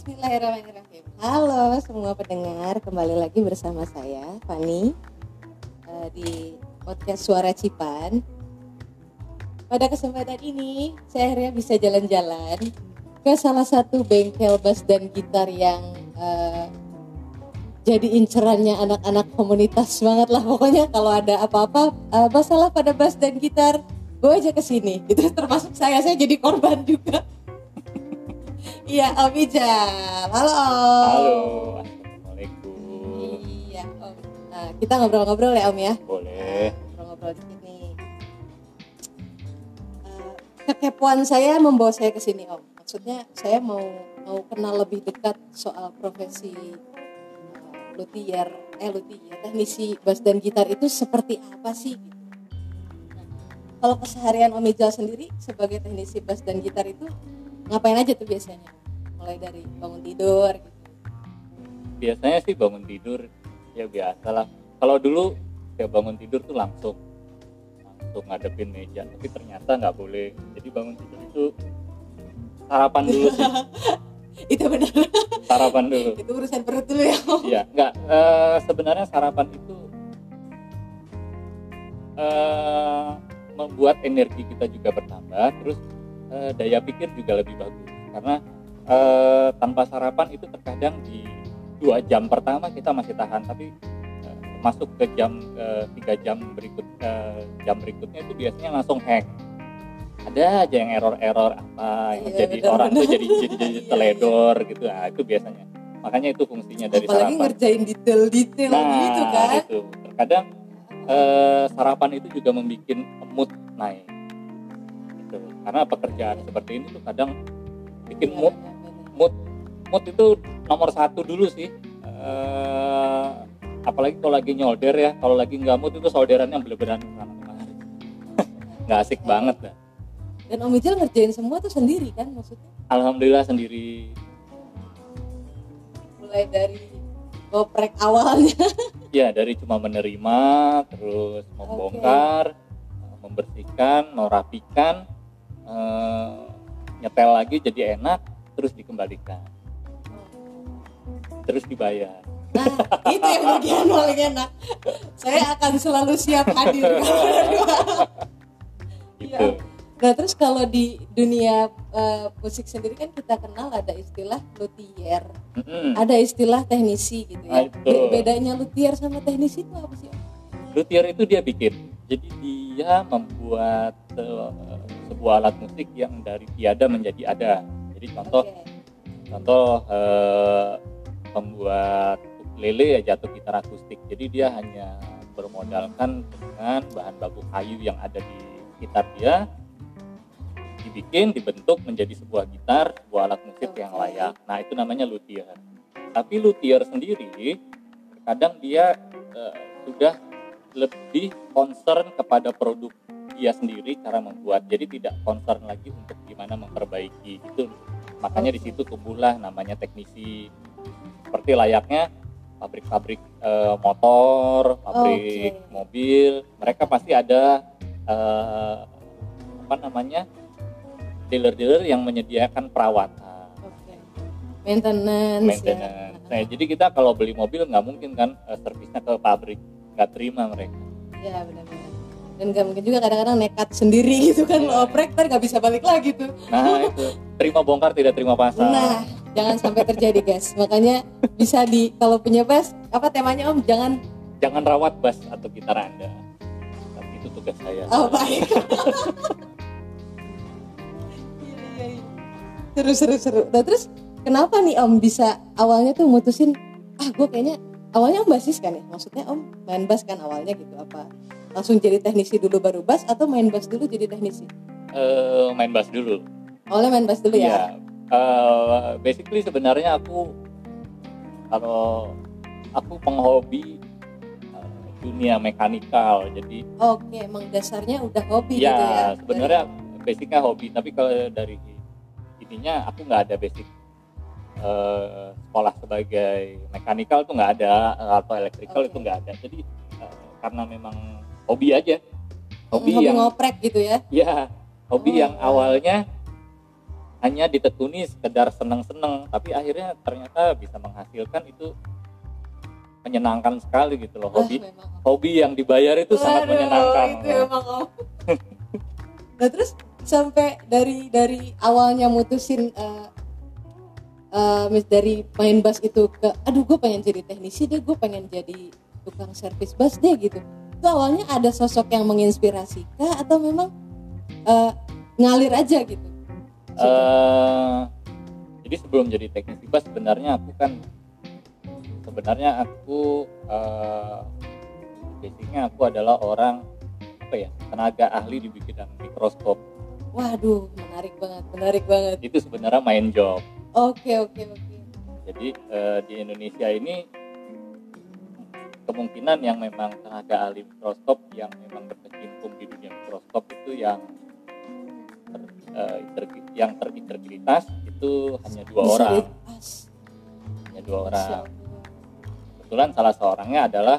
Bismillahirrahmanirrahim. Halo semua pendengar, kembali lagi bersama saya Fani di podcast Suara Cipan. Pada kesempatan ini saya akhirnya bisa jalan-jalan ke salah satu bengkel bass dan gitar yang jadi incerannya anak-anak komunitas banget lah. Pokoknya kalau ada apa-apa masalah pada bass dan gitar, gue aja kesini. Itu termasuk saya jadi korban juga. Iya, Om Ijal. Halo Om. Halo, Assalamualaikum. Iya Om. Nah, kita ngobrol-ngobrol ya Om ya. Boleh. Ngobrol-ngobrol di sini. Kekepoan saya membawa saya ke sini Om. Maksudnya saya mau kenal lebih dekat soal profesi luthier, teknisi bass dan gitar itu seperti apa sih? Nah, kalau keseharian Om Ijal sendiri sebagai teknisi bass dan gitar itu ngapain aja tuh biasanya? Mulai dari bangun tidur gitu. Biasanya sih bangun tidur ya biasalah. Kalau dulu ya bangun tidur tuh langsung ngadepin meja, tapi ternyata nggak boleh. Jadi bangun tidur itu sarapan dulu sih. Itu benar. Sarapan dulu. Itu urusan perut dulu ya. Iya, nggak. Sebenarnya sarapan itu membuat energi kita juga bertambah, terus daya pikir juga lebih bagus karena tanpa sarapan itu terkadang di 2 jam pertama kita masih tahan, tapi masuk ke jam 3 jam berikutnya itu biasanya langsung hang. Ada aja yang error apa yang jadi bener, orang tuh jadi teledor gitu. Nah, itu biasanya. Makanya itu fungsinya dari apalagi sarapan. Ngerjain detail-detail gitu kan. Itu. Terkadang sarapan itu juga membuat mood naik. Karena pekerjaan seperti ini tuh kadang bikin mood itu nomor 1 dulu sih. Apalagi kalau lagi nyolder ya, kalau lagi nggak mood itu solderannya bener-bener nggak asik banget dah. Dan Om Ijal ngerjain semua tuh sendiri kan maksudnya? Alhamdulillah sendiri. Mulai dari goprek awalnya. Ya dari cuma menerima, terus membongkar, membersihkan, merapikan. Nyetel lagi jadi enak, terus dikembalikan, terus dibayar. Nah itu yang bagian paling enak. Saya akan selalu siap hadir kalau gitu. Nah terus kalau di dunia musik sendiri kan kita kenal ada istilah luthier, ada istilah teknisi gitu ya. Bedanya luthier sama teknisi itu apa sih? Luthier itu dia bikin, jadi dia membuat sebuah alat musik yang dari tiada menjadi ada. Jadi contoh pembuat ukulele ya jatuh gitar akustik. Jadi dia hanya bermodalkan dengan bahan baku kayu yang ada di gitar dia, dibentuk menjadi sebuah gitar, sebuah alat musik yang layak. Nah itu namanya luthier. Tapi luthier sendiri kadang dia sudah lebih concern kepada produk dia sendiri, cara membuat, jadi tidak concern lagi untuk gimana memperbaiki itu. Makanya di situ tumbuhlah namanya teknisi, seperti layaknya pabrik-pabrik motor, pabrik mobil, mereka pasti ada dealer-dealer yang menyediakan perawatan, maintenance. Ya. Nah, jadi kita kalau beli mobil nggak mungkin kan servisnya ke pabrik, nggak terima mereka. Iya benar-benar. Dan nggak mungkin juga kadang-kadang nekat sendiri gitu kan, oprek ntar nggak bisa balik lagi tuh. Nah itu terima bongkar tidak terima pasang. Nah jangan sampai terjadi guys. Makanya bisa kalau punya bass apa temanya Om, jangan rawat bass atau gitar Anda. Tapi itu tugas saya. Oh baik. Seru. Nah terus kenapa nih Om bisa awalnya tuh mutusin gue kayaknya awalnya Om basis kan ya, maksudnya Om main bass kan awalnya gitu, apa langsung jadi teknisi dulu baru bass atau main bass dulu jadi teknisi? Main bass dulu. Awalnya main bass dulu ya? Basically sebenarnya aku penghobi dunia mekanikal, jadi emang dasarnya udah hobi ya, gitu ya? Sebenarnya basicnya hobi, tapi kalau dari ininya aku nggak ada basic sekolah sebagai mekanikal tuh nggak ada, atau elektrikal itu nggak ada, jadi karena memang hobi aja, hobi yang ngoprek gitu ya? Ya, hobi yang awalnya hanya ditekuni sekedar seneng-seneng, tapi akhirnya ternyata bisa menghasilkan, itu menyenangkan sekali gitu loh. Hobi yang dibayar itu sangat menyenangkan. Itu emang Nah terus sampai dari awalnya mutusin dari main bass itu ke aduh gue pengen jadi teknisi deh, gue pengen jadi tukang servis bass deh gitu. Itu awalnya ada sosok yang menginspirasi kah atau memang ngalir aja gitu? Jadi sebelum jadi teknisi bass sebenarnya aku basicnya aku adalah orang tenaga ahli di bidang mikroskop. Waduh, menarik banget. Itu sebenarnya main job. Oke. Jadi di Indonesia ini kemungkinan yang memang tenaga ahli mikroskop yang memang berkecimpung di dunia mikroskop itu yang terintegritas itu hanya dua orang. Kebetulan salah seorangnya adalah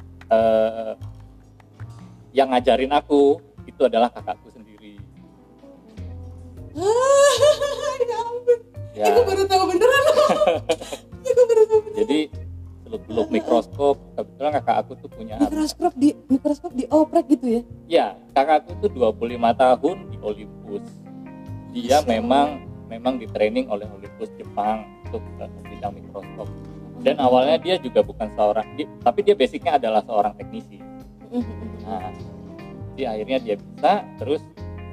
yang ngajarin aku itu adalah kakakku sendiri. Ya. Aku baru tahu beneran. Jadi seluk-beluk mikroskop, kebetulan kakak aku tuh punya mikroskop dioprek gitu ya? Ya, kakak aku tuh 25 tahun di Olympus. Dia memang di training oleh Olympus Jepang untuk bidang mikroskop. Dan awalnya dia juga bukan tapi dia basicnya adalah seorang teknisi. Nah, jadi akhirnya dia bisa. Terus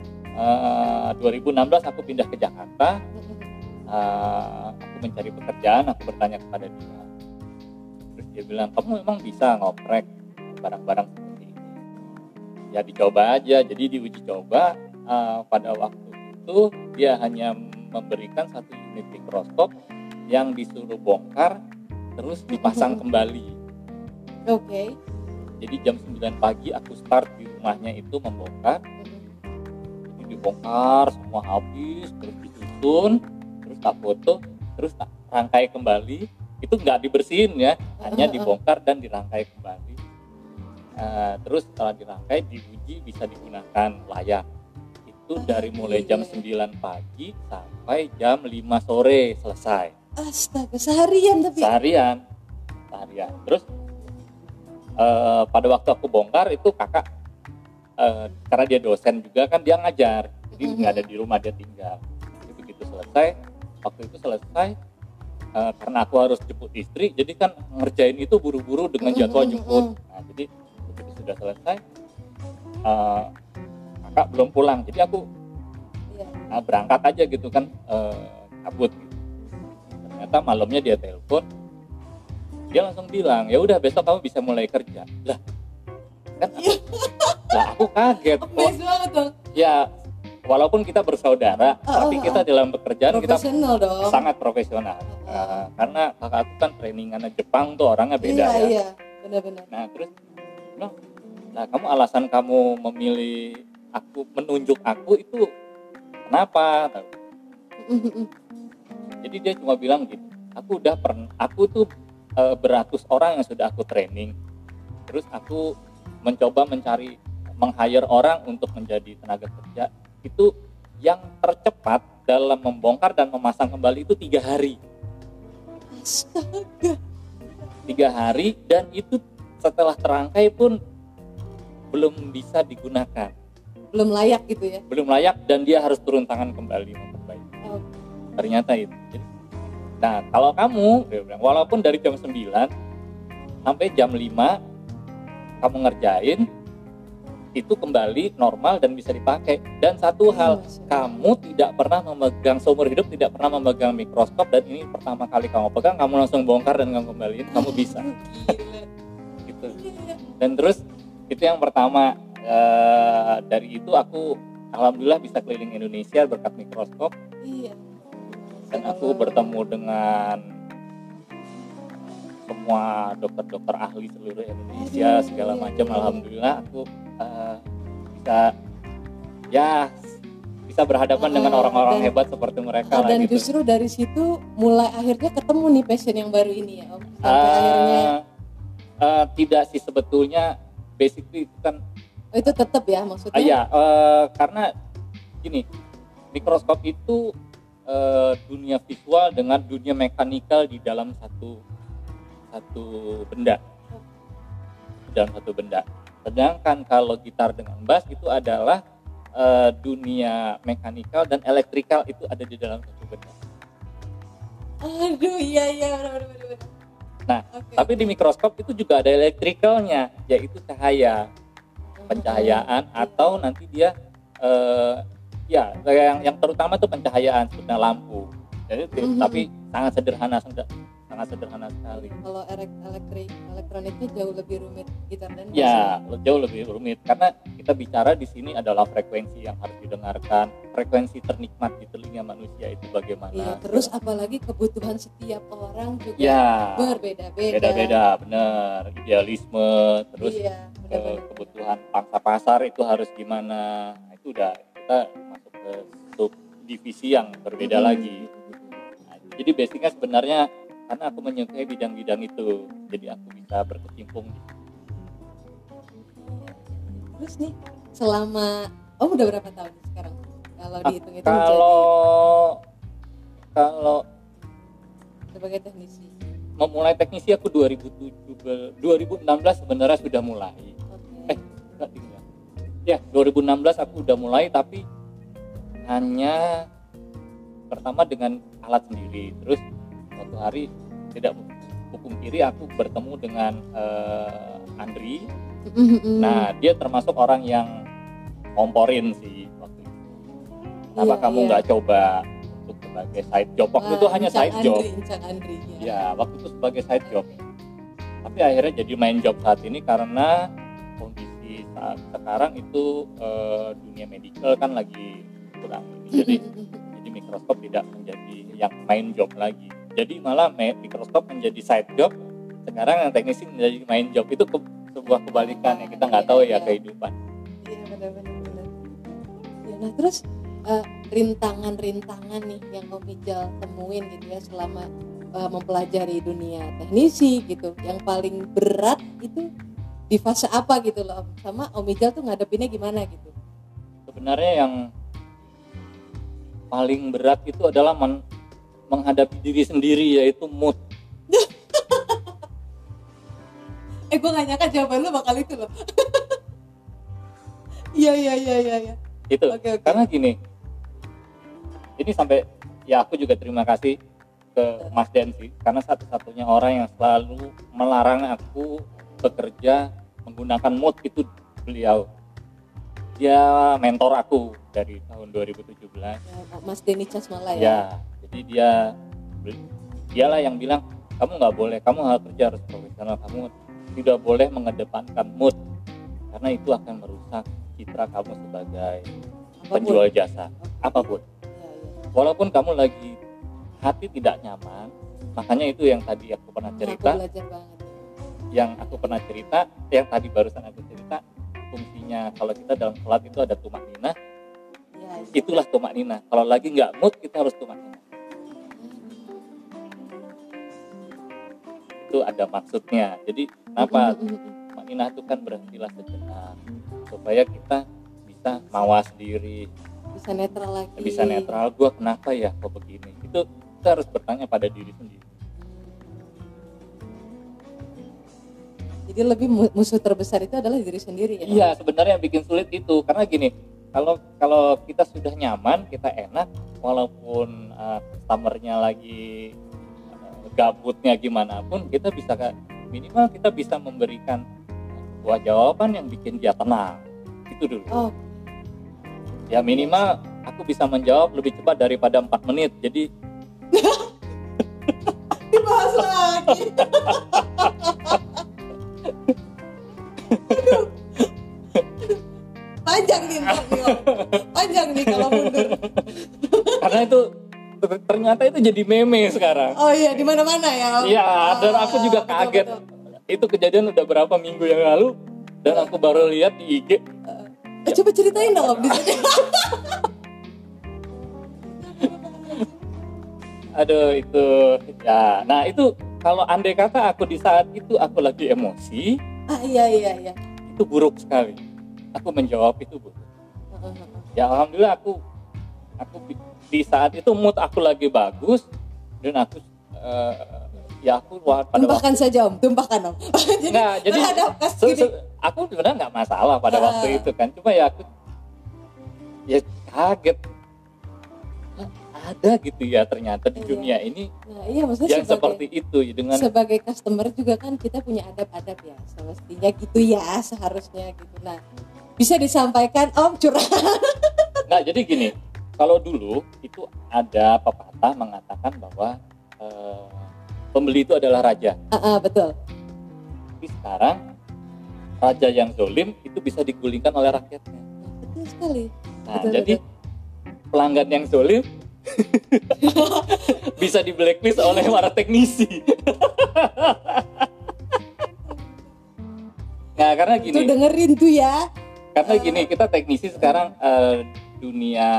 2016 aku pindah ke Jakarta. Aku mencari pekerjaan, aku bertanya kepada dia. Terus dia bilang, kamu memang bisa ngoprek barang-barang seperti ini? Ya dicoba aja. Jadi diuji coba. Pada waktu itu dia hanya memberikan 1 unit mikroskop yang disuruh bongkar terus dipasang kembali. Oke. Jadi jam 9 pagi aku start di rumahnya itu membongkar. Jadi dibongkar semua habis, terus disusun, terus tak foto, terus tak rangkai kembali. Itu nggak dibersihin ya, hanya dibongkar dan dirangkai kembali. Terus setelah dirangkai diuji bisa digunakan layak. Itu dari mulai jam 9 pagi sampai jam 5 sore selesai. Astaga, seharian tapi? Seharian. Terus pada waktu aku bongkar itu kakak, karena dia dosen juga kan, dia ngajar. Jadi nggak ada di rumah, dia tinggal. Begitu selesai, waktu itu selesai, karena aku harus jemput istri, jadi kan ngerjain itu buru-buru dengan jadwal jemput. Nah, jadi begitu sudah selesai, kakak belum pulang, jadi aku berangkat aja gitu kan, cabut. Ternyata malamnya dia telepon, dia langsung bilang, ya udah besok kamu bisa mulai kerja. Lah, kan aku kaget. Banget dong. Ya, walaupun kita bersaudara, tapi kita dalam pekerjaan kita sangat profesional. Karena kakak aku kan trainingannya Jepang tuh, orangnya beda. Iya, benar-benar. Nah terus, kamu alasan kamu memilih aku, menunjuk aku itu kenapa? Jadi dia cuma bilang gitu, aku tuh beratus orang yang sudah aku training, terus aku mencoba meng-hire orang untuk menjadi tenaga kerja, itu yang tercepat dalam membongkar dan memasang kembali itu 3 hari. Astaga. 3 hari, dan itu setelah terangkai pun belum bisa digunakan. Belum layak gitu ya? Belum layak, dan dia harus turun tangan kembali memperbaiki. Ternyata itu. Nah, kalau kamu, dia bilang, walaupun dari jam 9 sampai jam 5 kamu ngerjain, itu kembali normal dan bisa dipakai. Dan satu hal, kamu tidak pernah memegang, seumur hidup tidak pernah memegang mikroskop, dan ini pertama kali kamu pegang, kamu langsung bongkar dan kamu kembaliin, kamu bisa. Gitu. Dan terus itu yang pertama. Dari itu aku alhamdulillah bisa keliling Indonesia berkat mikroskop. Dan aku bertemu dengan semua dokter-dokter ahli seluruh Indonesia, segala macam. Alhamdulillah aku bisa berhadapan dengan orang-orang hebat seperti mereka. Dan gitu. Justru dari situ mulai akhirnya ketemu nih passion yang baru ini ya Om. Akhirnya tidak sih sebetulnya, basically itu kan itu tetap ya maksudnya? Iya, karena gini, mikroskop itu dunia visual dengan dunia mekanikal di dalam satu benda, Sedangkan kalau gitar dengan bass itu adalah dunia mekanikal dan elektrikal itu ada di dalam satu benda. Aduh, iya benar. Nah, Oke. tapi di mikroskop itu juga ada elektrikalnya, yaitu cahaya, pencahayaan atau nanti dia ya yang terutama tuh pencahayaan seperti lampu. Jadi tapi sangat sederhana sekali. Kalau elektroniknya jauh lebih rumit gitar dan bass. Ya, jauh lebih rumit karena kita bicara di sini adalah frekuensi yang harus didengarkan, frekuensi ternikmat di telinga manusia itu bagaimana. Iya, terus apalagi kebutuhan setiap orang juga Ya, berbeda-beda. beda-beda, benar. Idealisme, terus Iya, benar-benar. kebutuhan pangsa pasar itu harus gimana. Nah, itu udah kita masuk ke subdivisi yang berbeda lagi. Nah, jadi basicnya sebenarnya karena aku menyukai bidang-bidang itu, jadi aku bisa berkecimpung di situ. Terus nih, selama udah berapa tahun sekarang? Kalau dihitung-hitung Kalau sebagai teknisi. memulai teknisi aku 2016 sebenarnya sudah mulai. Oke. Enggak ding ya. Ya, 2016 aku udah mulai tapi hanya pertama dengan alat sendiri. Terus suatu hari tidak pungkiri aku bertemu dengan Andri. Nah, dia termasuk orang yang ngomporin sih waktu itu. Kenapa kamu nggak coba untuk sebagai side job? Waktu itu hanya side job. Andri, Ya, waktu itu sebagai side job. Tapi akhirnya jadi main job saat ini karena kondisi saat sekarang itu dunia medical kan lagi kurang ini. Jadi mikroskop tidak menjadi yang main job lagi. Jadi malah mikroskop menjadi side job. Sekarang yang teknisi menjadi main job. Itu sebuah kebalikan ya, kita nggak tahu ya kehidupan. Iya, benar. Ya, nah terus rintangan-rintangan nih yang Om Ijal temuin gitu ya selama mempelajari dunia teknisi gitu, yang paling berat itu di fase apa gitu loh Om, sama Om Ijal tuh ngadepinnya gimana gitu? Sebenarnya yang paling berat itu adalah menghadapi diri sendiri, yaitu mood. Gue gak nyangka jawaban lu bakal itu loh. Iya. Itu Oke. Karena gini, ini sampai ya aku juga terima kasih ke Mas Den sih, karena satu-satunya orang yang selalu melarang aku bekerja menggunakan mood itu beliau. Dia mentor aku dari tahun 2017. Ya, Mas Denny Casmala ya. Ya, jadi dialah yang bilang kamu nggak boleh, kamu harus kerja harus profesional, kamu tidak boleh mengedepankan mood karena itu akan merusak citra kamu sebagai penjual jasa apapun. Ya. Walaupun kamu lagi hati tidak nyaman, makanya itu yang tadi aku pernah cerita, Aku belajar banget. yang tadi barusan aku cerita, fungsinya kalau kita dalam sholat itu ada tumak ninah, Ya. itulah tumak ninah. Kalau lagi nggak mood kita harus tumak ninah. Itu ada maksudnya. Jadi kenapa tumak ninah itu kan berhentilah sejenak supaya kita bisa mawas diri, Bisa netral lagi. bisa netral. Gua kenapa ya kok begini? Itu kita harus bertanya pada diri sendiri. Jadi lebih musuh terbesar itu adalah diri sendiri ya. Iya, sebenarnya yang bikin sulit itu karena gini, kalau kita sudah nyaman, kita enak, walaupun customernya lagi gabutnya gimana pun, kita bisa minimal kita bisa memberikan sebuah jawaban yang bikin dia tenang. Itu dulu. Oh. Ya minimal aku bisa menjawab lebih cepat daripada 4 menit. Jadi Dibahas lagi. Aduh. Panjang nih panjang nih kalau mundur. karena itu ternyata itu jadi meme sekarang. Oh iya, di mana-mana ya. Iya, dan aku juga kaget. Betul. Itu kejadian udah berapa minggu yang lalu dan aku baru lihat di IG. Coba ceritain dong Om di sini. Aduh itu ya. Nah itu kalau andai kata aku di saat itu aku lagi emosi, Iya. itu buruk sekali. Aku menjawab itu buruk. Ya alhamdulillah aku di saat itu mood aku lagi bagus dan aku aku pada tumpahkan saja Om, tumpahkan Om. jadi aku sebenarnya nggak masalah pada waktu itu kan, cuma ya aku ya kaget ada gitu ya ternyata di dunia ini yang seperti itu ya, dengan sebagai customer juga kan kita punya adab-adab ya semestinya gitu ya, seharusnya gitu. Nah bisa disampaikan Om curhat. Nah jadi gini, kalau dulu itu ada pepatah mengatakan bahwa pembeli itu adalah raja. Betul. Tapi sekarang raja yang zolim itu bisa digulingkan oleh rakyatnya. Betul sekali. Nah jadi pelanggan yang zolim bisa di blacklist oleh para teknisi. Nah karena gini. Tuh dengerin tuh ya. Karena gini, kita teknisi sekarang dunia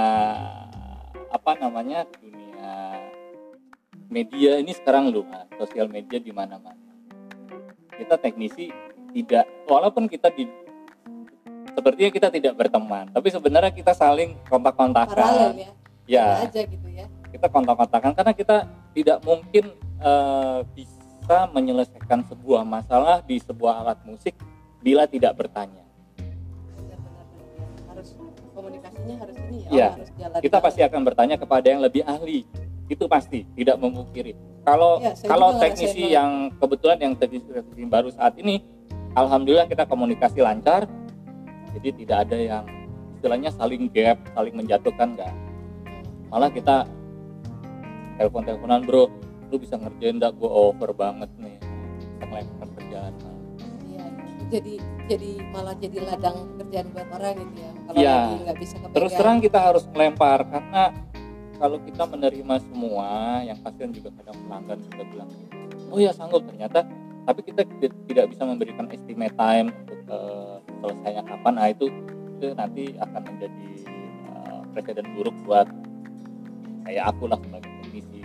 media ini sekarang luas, sosial media di mana-mana. Kita teknisi tidak, walaupun kita sepertinya kita tidak berteman, tapi sebenarnya kita saling kontak-kontakan. Paralel ya. Aja gitu ya. Kita kontak-kontakan karena kita tidak mungkin bisa menyelesaikan sebuah masalah di sebuah alat musik bila tidak bertanya. Harus komunikasinya harus ini ya. Harus jalan. Kita pasti akan bertanya kepada yang lebih ahli. Itu pasti, tidak memungkiri. Kalau teknisi yang kebetulan yang teknisi baru saat ini, alhamdulillah kita komunikasi lancar. Jadi tidak ada yang istilahnya saling gap, saling menjatuhkan, enggak. Malah kita telepon-teleponan, bro, lu bisa ngerjain enggak, gue over banget nih, ngelempar kerjaan. Iya, jadi malah jadi ladang pekerjaan buat orang gitu ya. Kalau lagi nggak bisa kepegang. Terus terang kita harus melempar karena kalau kita menerima semua, yang kasihan juga kadang pelanggan juga bilang, oh ya sanggup ternyata, tapi kita tidak bisa memberikan estimate time untuk selesainya kapan. Nah itu nanti akan menjadi presiden buruk buat kayak aku lah sebagai teknisi.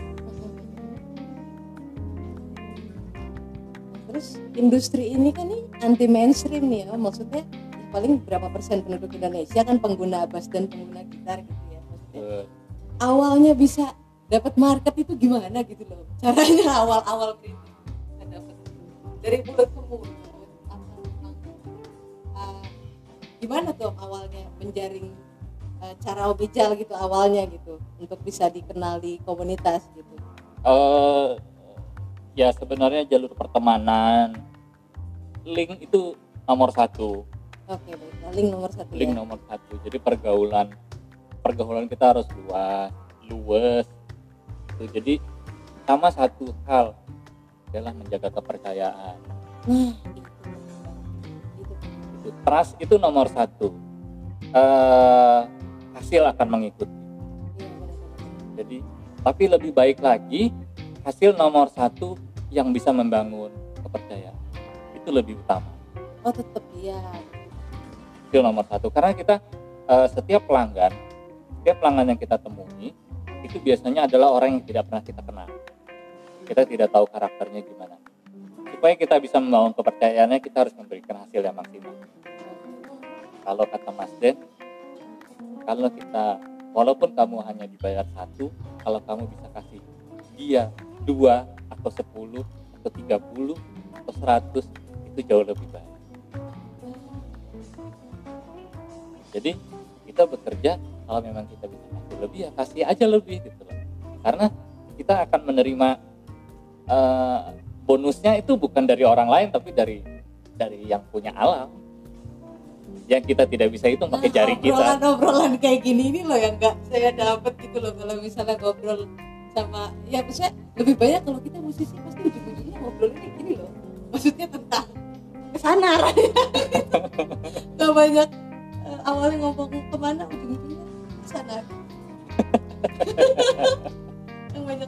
Terus industri ini kan nih anti mainstream nih ya, maksudnya paling berapa persen penduduk Indonesia kan pengguna bass dan pengguna gitar gitu ya, maksudnya. Awalnya bisa dapat market itu gimana gitu loh, caranya awal-awal gitu dapat dari mulut ke mulut. Gimana tuh awalnya menjaring cara Omijal gitu awalnya gitu untuk bisa dikenal di komunitas gitu? Ya sebenarnya jalur pertemanan, link itu nomor satu. Oke, baik. Link nomor satu. Link ya? Nomor satu. Jadi pergaulan kita harus luas. Jadi sama satu hal adalah menjaga kepercayaan. Nah, itu trust itu nomor satu. Hasil akan mengikuti. Jadi, tapi lebih baik lagi hasil nomor satu yang bisa membangun kepercayaan itu lebih utama. Oh tetap ya. Itu nomor satu karena kita setiap pelanggan yang kita temui itu biasanya adalah orang yang tidak pernah kita kenal. Kita tidak tahu karakternya gimana. Supaya kita bisa membangun kepercayaannya, kita harus memberikan hasil yang maksimal. Kalau kata Mas Den, kalau kita walaupun kamu hanya dibayar 1, kalau kamu bisa kasih dia 2 atau 10 atau 30 atau 100 itu jauh lebih baik. Jadi kita bekerja kalau memang kita bisa kasih lebih ya kasih aja lebih gitu loh. Karena kita akan menerima bonusnya itu bukan dari orang lain tapi dari yang punya alam. Yang kita tidak bisa hitung pakai jari kita. Obrolan kayak gini ini loh yang nggak saya dapat gitu loh kalau misalnya ngobrol sama ya maksudnya lebih banyak kalau kita musisi pasti ujung-ujungnya ngobrolnya gini loh. Maksudnya tentang kesana. Gak banyak awalnya ngomong kemana ujung-ujungnya kesana. Yang banyak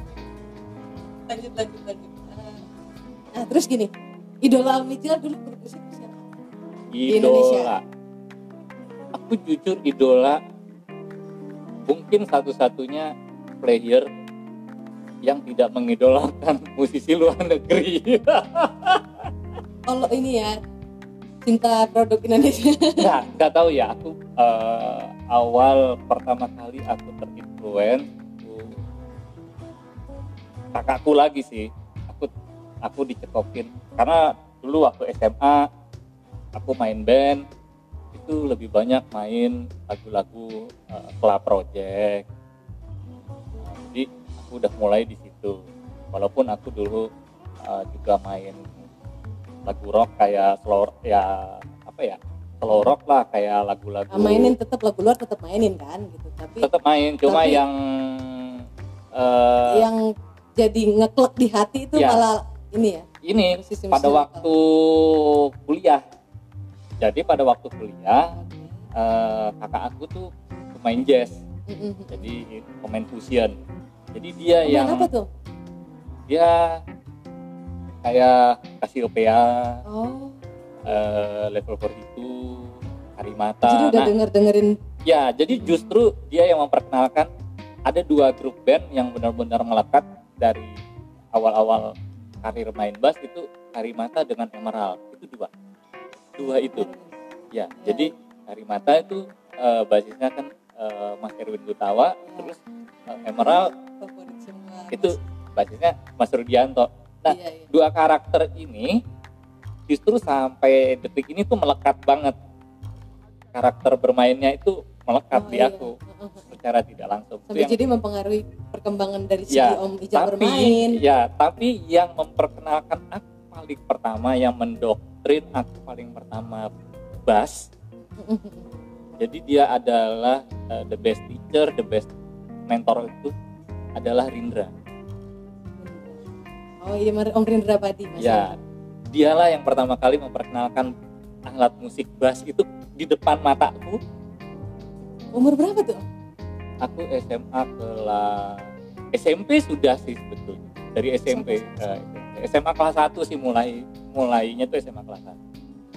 lanjut. Nah terus gini, idola Omijal dulu bermusik siapa? Idola. Aku jujur idola mungkin satu-satunya player yang tidak mengidolakan musisi luar negeri. Kalau ini ya cinta produk Indonesia. Nggak tahu ya aku awal pertama kali aku terinfluence itu kakakku lagi sih. Aku dicekokin karena dulu waktu SMA aku main band itu lebih banyak main lagu-lagu Club Project. Jadi aku udah mulai di situ. Walaupun aku dulu juga main lagu rock kayak slow ya apa ya slow rock lah kayak lagu-lagu. Mainin tetap lagu luar tetap mainin kan gitu. Tapi tetap main cuma yang jadi ngeklek di hati itu ya, malah ini ya. Ini pada waktu kuliah. Jadi pada waktu kuliah kakak aku tuh pemain jazz. Jadi pemain fusion. Jadi dia pemain yang apa tuh? Dia kayak Cassiopeia, Level 42, Harimata. Jadi udah dengerin. Ya, jadi justru dia yang memperkenalkan ada 2 grup band yang benar-benar melekat dari awal-awal karir main bass itu Harimata dengan Emerald. Itu dua itu. Ya, jadi Harimata itu basisnya kan Mas Erwin Gutawa, terus Emerald itu basisnya Mas Rudianto. Nah, 2 karakter ini justru sampai detik ini tuh melekat banget. Karakter bermainnya itu melekat di aku secara tidak langsung. Sampai jadi mempengaruhi perkembangan dari segi Om Ijal bermain. Ya, tapi yang memperkenalkan aku paling pertama, yang mendoktrin aku paling pertama bass. Jadi dia adalah the best teacher, the best mentor itu adalah Rindra. Oh iya, Om Rindra Padi. Ya, dialah yang pertama kali memperkenalkan alat musik bass itu di depan mataku. Umur berapa tuh? Aku SMP sudah sih sebetulnya. Dari SMP SMA kelas 1 sih mulainya tuh SMA kelas 1.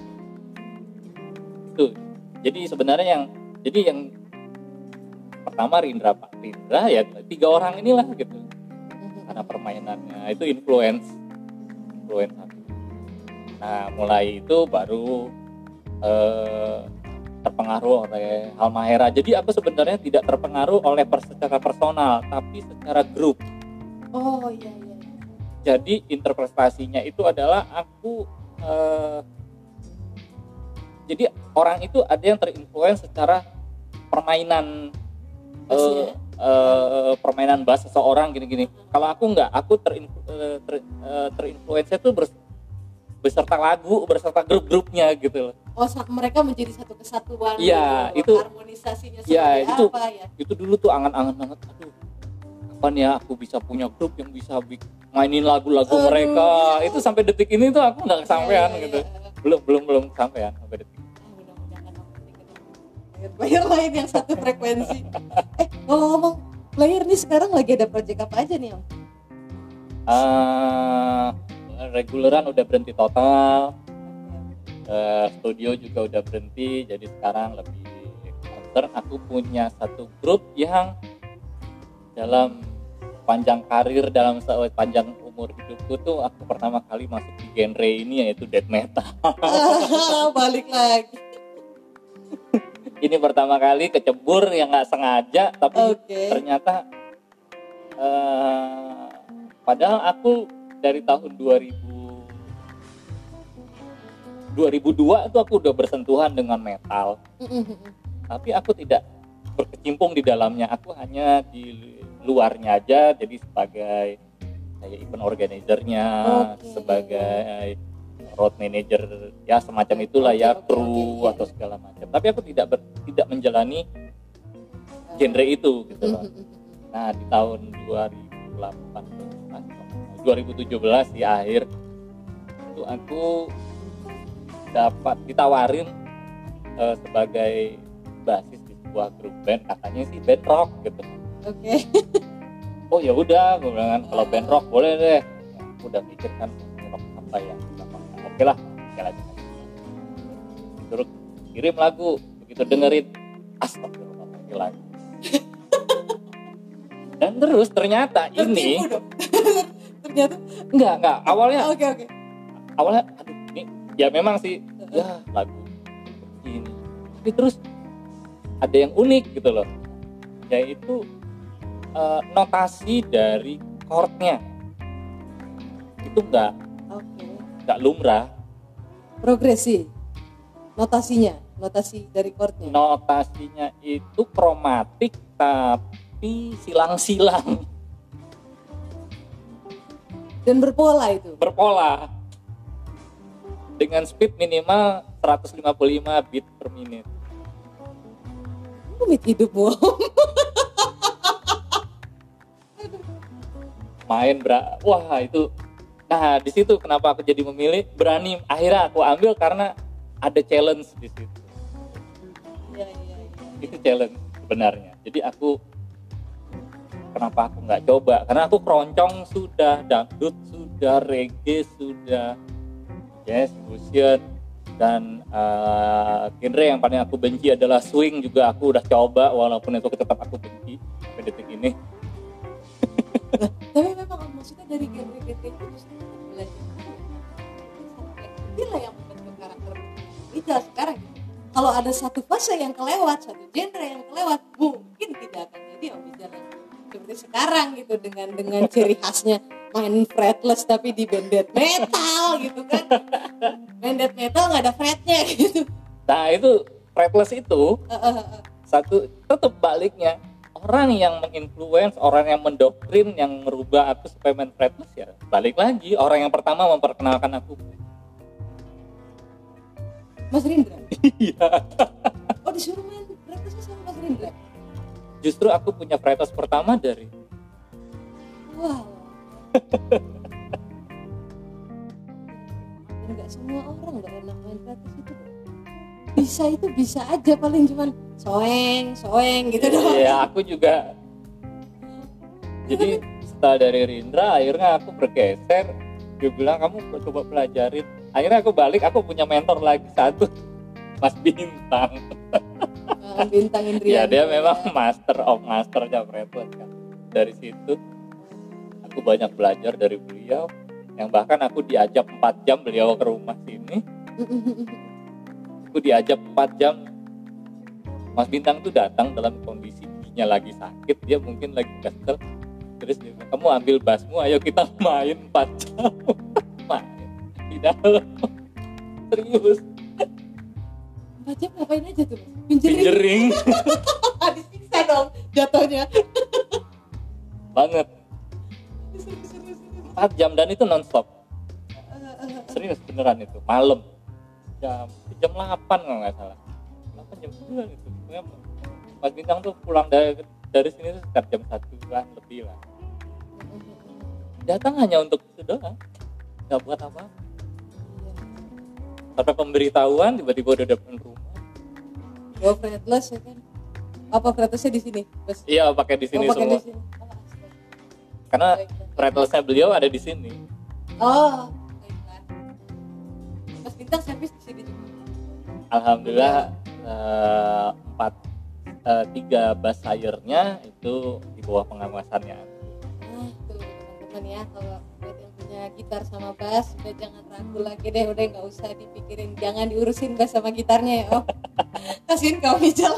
Itu. Jadi sebenarnya yang pertama Rindra ya 3 orang inilah gitu. Karena permainannya itu influence aku. Nah, mulai itu baru terpengaruh oleh Halmahera. Jadi aku sebenarnya tidak terpengaruh oleh secara personal, tapi secara grup. Oh iya. Jadi interpretasinya itu adalah aku jadi orang itu ada yang terinfluence secara permainan permainan bass seseorang gini-gini. Kalau aku enggak, aku terinfluence itu beserta lagu, beserta grup-grupnya gitu loh. Oh, mereka menjadi satu kesatuan. Iya, gitu. itu harmonisasinya seperti apa ya? Itu dulu tuh angan-angan banget. Aduh, kapan ya aku bisa punya grup yang bisa mainin lagu-lagu mereka. Itu sampai detik ini tuh aku nggak kesampaian gitu. Belum kesampaian sampai detik. Mudah-mudahan player lain yang satu frekuensi. Ngomong player nih sekarang lagi ada project apa aja nih, Om? Reguleran udah berhenti total. Studio juga udah berhenti, jadi sekarang lebih concern. Aku punya satu grup yang dalam panjang karir, dalam panjang umur hidupku tuh aku pertama kali masuk di genre ini, yaitu death metal. Balik lagi. Ini pertama kali kecebur yang nggak sengaja, tapi ternyata padahal aku dari tahun 2002 itu aku udah bersentuhan dengan metal, tapi aku tidak berkecimpung di dalamnya. Aku hanya di luarnya aja, jadi sebagai kayak event organizer-nya, sebagai road manager, ya semacam itulah ya, kru atau segala macam. Tapi aku tidak menjalani genre itu gitu loh. Nah, di tahun 2017 di akhir itu aku ditawarin sebagai basis di sebuah grup band, katanya sih band rock gitu. Oh ya udah, gue bilang kalau band rock boleh deh. Aku udah mikir kan rock apa ya, oke lah, lagi. Terus kirim lagu, begitu dengerin, astagfirullah, lagi. Dan terus ternyata ini ternyata enggak awalnya. Oke. Awalnya aduh ini ya memang sih ya lagu ini. Tapi terus ada yang unik gitu loh, yaitu notasi dari chordnya itu nggak lumrah. Progresi, notasi dari chordnya. Notasinya itu kromatik tapi silang-silang Dan berpola itu. berpola dengan speed minimal 155 beat per menit. Rumit hidupmu. Wah itu. Nah di situ kenapa aku jadi memilih, berani akhirnya aku ambil karena ada challenge di situ. Iya. Itu challenge sebenarnya. Jadi kenapa aku nggak coba? Karena aku keroncong sudah, dangdut sudah, reggae sudah, jazz, fusion, dan genre yang paling aku benci adalah swing juga aku udah coba, walaupun itu tetap aku benci sampai detik ini. Nah, tapi memang maksudnya dari genre-genre itu belajar inilah yang membentuk karakter Ijal sekarang. Kalau ada satu fase yang kelewat, satu genre yang kelewat, mungkin tidak akan jadi Om Ijal yang seperti sekarang gitu, dengan ciri khasnya main fretless tapi di band death metal gitu kan. Band death metal nggak ada fretnya gitu. Nah itu fretless itu satu, tetap baliknya orang yang menginfluence, orang yang mendoktrin, yang merubah aku supaya main fretless, ya balik lagi orang yang pertama memperkenalkan aku, Mas Rindra. iya. Oh, disuruh main fretless sama Mas Rindra. Justru aku punya fretless pertama dari Wow. Dan nggak semua orang nggak enak main fretless itu. Bisa aja, paling cuman soeng gitu doang. Iya, aku juga. Jadi setelah dari Rindra, akhirnya aku bergeser. Dia bilang kamu coba pelajarin. Akhirnya aku balik, aku punya mentor lagi satu, Mas Bintang. Bintang Indrianto. Ya dia memang master of masternya fretless kan. Dari situ aku banyak belajar dari beliau. Yang bahkan aku diajak 4 jam beliau ke rumah sini. Aku diajak 4 jam. Mas Bintang tuh datang dalam kondisi giginya lagi sakit, dia mungkin lagi kesel. Terus dia bilang, kamu ambil bassmu, ayo kita main 4 jam. Main di dalam. Serius. 4 jam ngapain aja tuh? Pinjering. Disiksa dong jatuhnya. Banget. 4 jam dan itu nonstop. Serius beneran itu, malam. Jam 8 kalau nggak salah. 8 jam 9 itu. Mas Bintang tuh pulang dari sini tuh sekitar jam 1-an lebih lah. Datang hanya untuk itu doang, nggak buat apa-apa. Sampai pemberitahuan tiba-tiba udah depan rumah. Oh, fretless ya kan? Apa fretlessnya di sini? Bas? Iya, pakai di sini semua. Di sini. Karena fretlessnya beliau ada di sini. Oh, baiklah. Mas Bintang servis di sini juga. Alhamdulillah 3 bass sayurnya itu di bawah pengawasannya. Nah tuh teman-teman ya, kalau buat yang punya gitar sama bass udah jangan ragu lagi deh, udah nggak usah dipikirin, jangan diurusin bass sama gitarnya ya Om. Kasihin kau Mijal.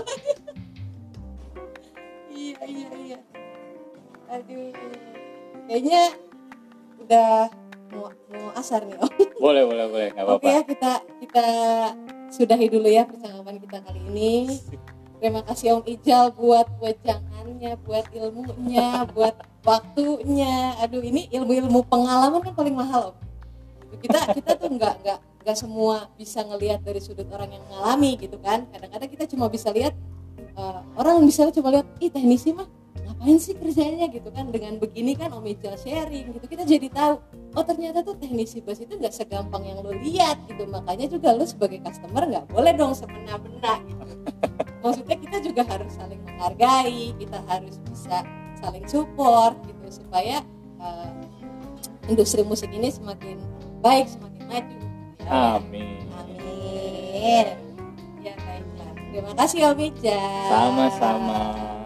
Iya. Aduh, kayaknya udah mau asar nih Om. Boleh, nggak apa-apa. Oke ya, kita sudahi dulu ya percakapan kita kali ini. Terima kasih Om Ijal buat wejangannya, buat ilmunya, buat waktunya. Aduh, ini ilmu pengalaman kan paling mahal Om. Kita tuh nggak semua bisa ngelihat dari sudut orang yang mengalami gitu kan. Kadang-kadang kita cuma bisa lihat orang misalnya cuma lihat, teknisi mah ngapain sih kerjanya gitu kan. Dengan begini kan Om Ijal sharing gitu, kita jadi tahu oh ternyata tuh teknisi bass itu nggak segampang yang lo lihat gitu. Makanya juga lo sebagai customer nggak boleh dong semena-mena gitu. Maksudnya kita juga harus saling menghargai, kita harus bisa saling support gitu supaya industri musik ini semakin baik, semakin maju. Ya. Amin. Ya baiklah. Terima kasih Om Ijal. Sama-sama.